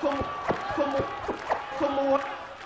Somut.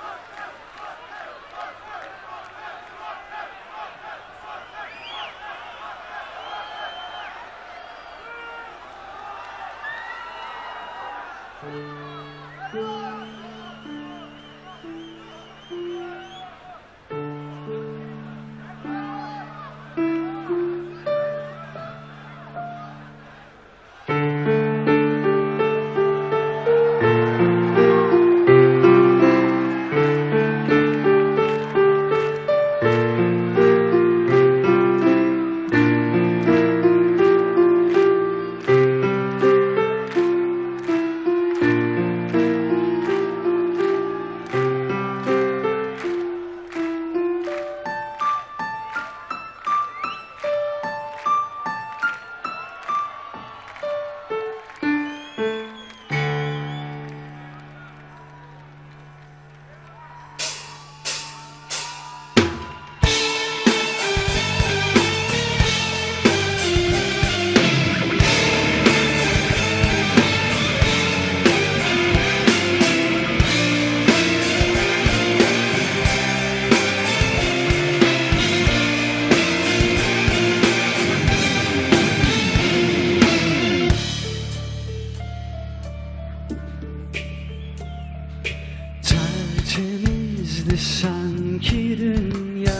Tertemizdi sanki dünya,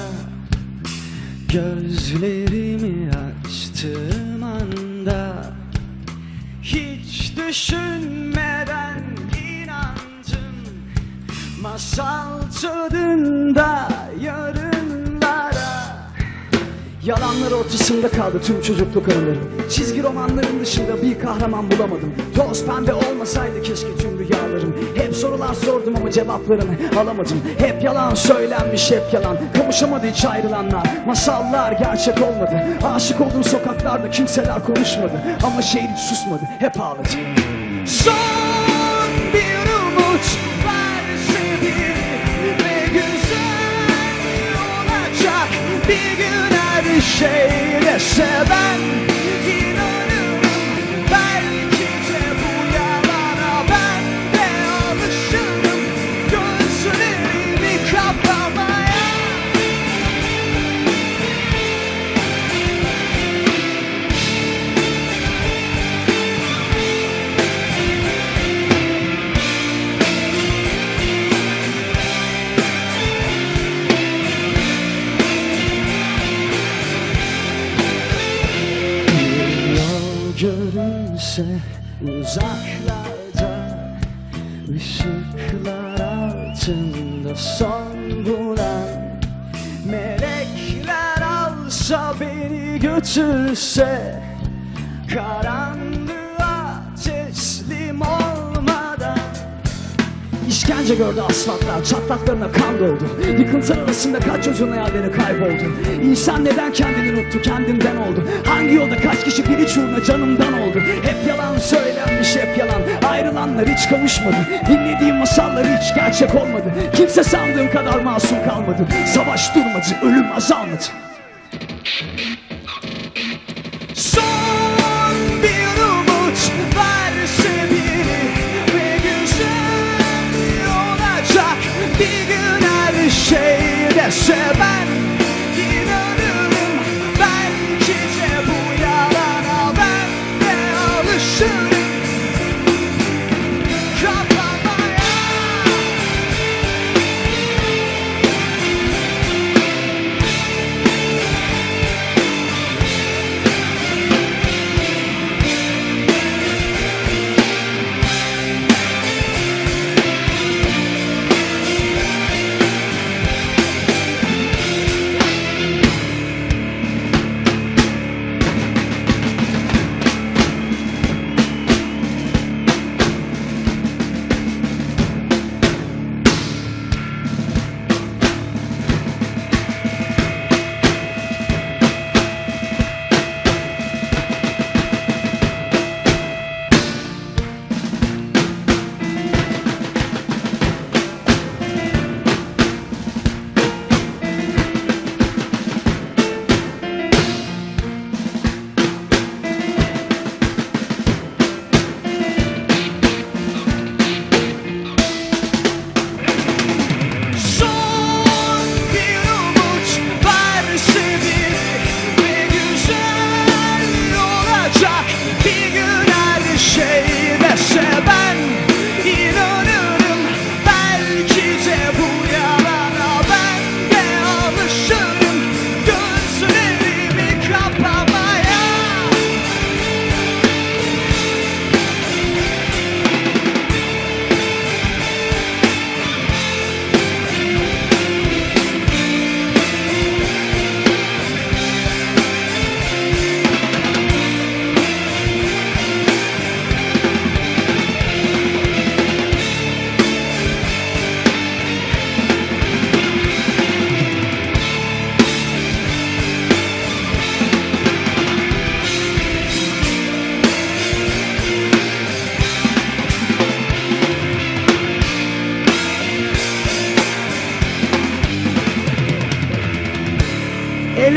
gözlerimi açtığım anda hiç düşünmeden inandım masal tadında yarınlara. Yalanlar ortasında kaldı tüm çocukluk anılarım. Çizgi romanların dışında bir kahraman bulamadım. Toz pembe olmasaydı keşke tüm rüyalarım. Hep sorular sordum ama cevaplarını alamadım. Hep yalan söylenmiş, hep yalan. Kavuşamadı hiç ayrılanlar. Masallar gerçek olmadı. Aşık olduğum sokaklarda kimseler konuşmadı. Ama şehir hiç susmadı, hep ağladı. Son bir umut varsa bir ve güzel olacak bir gün. Her şeyle seven inanırım. Belki de bu yalana ben de alışırım. Gözlerimi kapamaya. Görünse uzaklarda, ışıklar altında son bulan, melekler alsa beni götürse, karanlığa teslim olmadan. İşkence gördü asfaltlar, çatlaklarına kan doldu. Yıkıntılar arasında kaç çocuğun hayalleri kayboldu. İnsan neden kendini unuttu, kendinden oldu. Hangi yolda kaç kişi bir iç uğruna canımdan oldu. Hep yalan söylenmiş, hep yalan. Ayrılanlar hiç kavuşmadı. Dinlediğim masallar hiç gerçek olmadı. Kimse sandığım kadar masum kalmadı. Savaş durmadı, ölüm azalmadı. Son bir umut varsa biri ve güzel olacak bir gün. Her şeyde seven inanırım. Belki de bu yalana ben de alışırım. Kapamaya.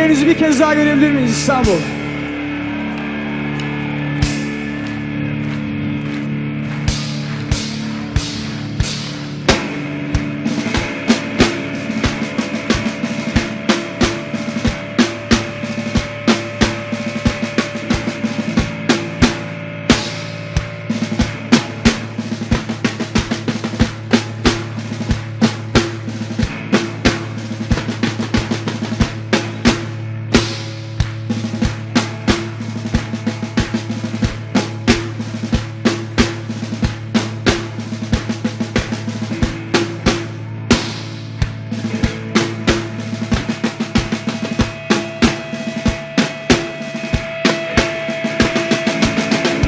ellerinizi bir kez daha görebilir miyiz İstanbul?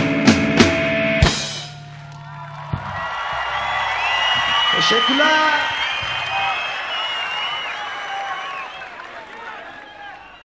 Teşekkürler.